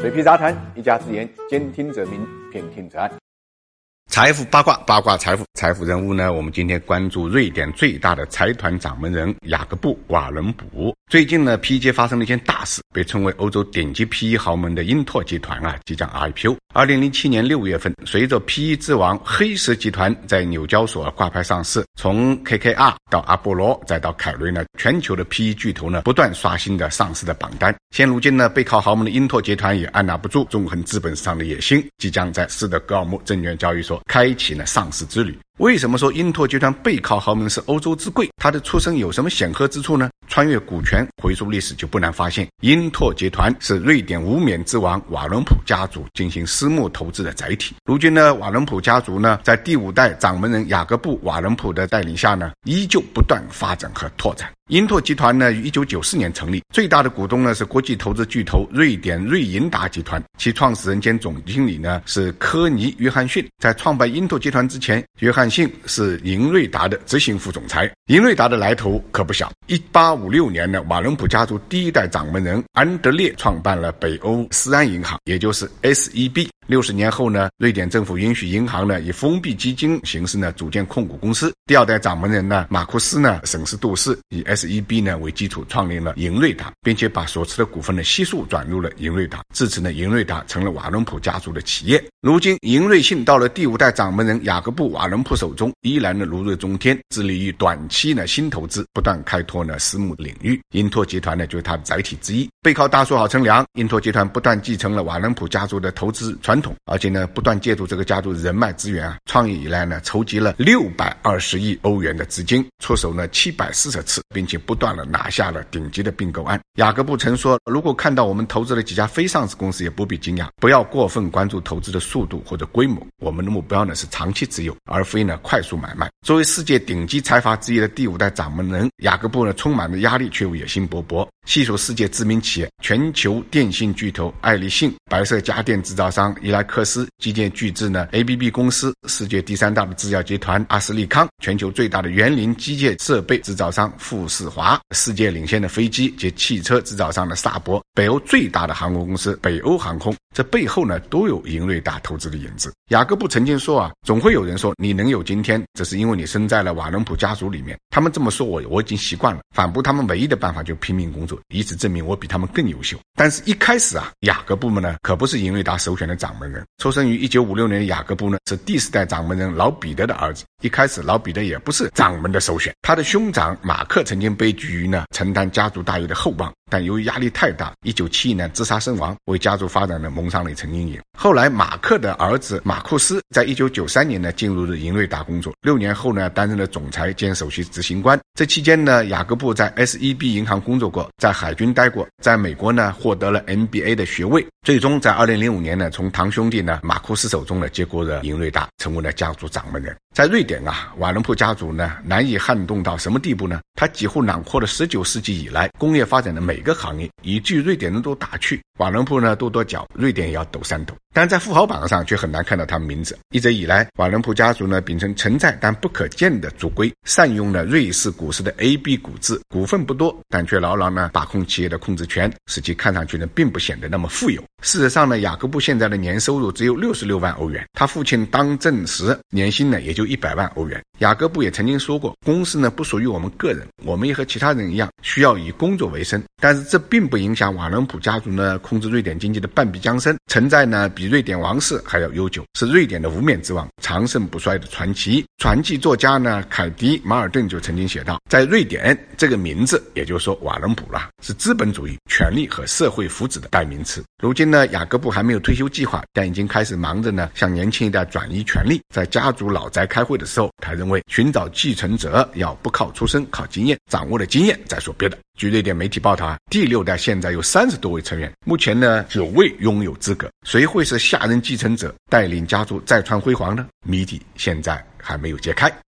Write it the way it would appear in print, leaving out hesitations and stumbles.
水皮杂谈，一家之言，兼听则明，偏听则暗。 财富八卦，八卦财富，财富人物呢？我们今天关注瑞典最大的财团掌门人雅各布·瓦伦普。最近呢 ，PE 界发生了一件大事，被称为欧洲顶级 PE 豪门的英拓集团即将 IPO。2007年6月份，随着 PE 之王黑石集团在纽交所挂牌上市，从 KKR 到阿波罗再到凯瑞呢，全球的 PE 巨头呢不断刷新的上市的榜单。现如今呢，背靠豪门的英拓集团也按捺不住纵横资本市场的野心，即将在斯德哥尔摩证券交易所开启了上市之旅。为什么说英拓集团背靠豪门是欧洲之贵？它的出身有什么显赫之处呢？穿越股权回溯历史，就不难发现，英拓集团是瑞典无冕之王瓦伦普家族进行私募投资的载体。如今呢，瓦伦普家族呢，在第5代掌门人雅各布·瓦伦普的带领下呢，依旧不断发展和拓展。英拓集团呢，于1994年成立，最大的股东呢是国际投资巨头瑞典瑞银达集团，其创始人兼总经理呢是科尼·约翰逊。在创办英拓集团之前，约翰逊是银瑞达的执行副总裁。银瑞达的来头可不小。1856年呢，瓦伦普家族第1代掌门人安德烈创办了北欧斯安银行，也就是 SEB。60年后呢，瑞典政府允许银行呢以封闭基金形式呢组建控股公司。第2代掌门人呢马库斯呢审时度势，以 SEB 呢为基础创立了银瑞达，并且把所持的股份的悉数转入了银瑞达。自此呢，银瑞达成了瓦伦普家族的企业。如今银瑞信到了第5代掌门人雅各布·瓦伦普手中，依然呢如日中天，致力于短期呢新投资，不断开拓呢私募领域。英拓集团呢就是它的载体之一。背靠大树好乘凉，英拓集团不但继承了瓦伦普家族的投资传统，而且呢不断借助这个家族人脉资源创业以来呢筹集了620亿欧元的资金，出手呢740次，并且不断的拿下了顶级的并购案。雅各布曾说，如果看到我们投资了几家非上市公司，也不必惊讶，不要过分关注投资的速度或者规模，我们的目标呢是长期持有，而非呢快速买卖。作为世界顶级财阀之一的第5代掌门人，雅各布呢充满了压力，却又野心勃勃。细数世界知名企业，全球电信巨头爱立信、白色家电制造商伊莱克斯、基建巨制呢 ABB 公司、世界第3大的制药集团阿斯利康、全球最大的园林机械设备制造商富士华、世界领先的飞机及汽车制造商的萨博、北欧最大的航空公司北欧航空，这背后呢都有银瑞达投资的影子。雅各布曾经说总会有人说你能有今天，这是因为你生在了瓦伦普家族里面。他们这么说我已经习惯了，反驳他们唯一的办法就拼命工作，以此证明我比他们更优秀。但是一开始雅各布们呢可不是银瑞达首选的掌门人。出生于1956年的雅各布呢是第4代掌门人老彼得的儿子。一开始老彼得也不是掌门的首选，他的兄长马克曾经被寄予呢承担家族大业的厚望，但由于压力太大，1971年自杀身亡，为家族发展呢蒙上了一层阴影。后来马克的儿子马库斯在1993年呢进入了银瑞达工作，6年后呢担任了总裁兼首席执行官。这期间呢，雅各布在 SEB 银行工作过，在海军待过，在美国呢获得了 MBA 的学位，最终在2005年呢从堂兄弟呢马库斯手中呢接过了银瑞达，成为了家族掌门人。在瑞典瓦伦普家族呢难以撼动到什么地步呢？他几乎囊括了19世纪以来工业发展的每个行业，以至于瑞典人都打趣，瓦伦普呢跺跺脚，瑞典也要抖3抖。但在富豪榜上却很难看到他们名字。一直以来，瓦伦普家族呢秉承存在但不可见的族规，善用了瑞士股市的 AB 股制，股份不多，但却牢牢呢把控企业的控制权，使其看上去呢并不显得那么富有。事实上呢，雅各布现在的年收入只有66万欧元，他父亲当政时年薪呢也就100万欧元。雅各布也曾经说过，公司呢不属于我们个人，我们也和其他人一样需要以工作为生。但是这并不影响瓦伦普家族呢控制瑞典经济的半壁江山，存在呢比瑞典王室还要悠久，是瑞典的无冕之王，长盛不衰的传奇。传记作家呢凯迪·马尔顿就曾经写道，在瑞典这个名字，也就是说瓦伦普是资本主义、权力和社会福祉的代名词。如今呢，雅各布还没有退休计划，但已经开始忙着呢向年轻一代转移权力。在家族老宅开会的时候，他认为寻找继承者要不靠出身，靠经验，掌握了经验再说别的。据瑞典媒体报道第6代现在有30多位成员，目前呢9位拥有资格，谁会是下任继承者，带领家族再创辉煌呢？谜底现在还没有揭开。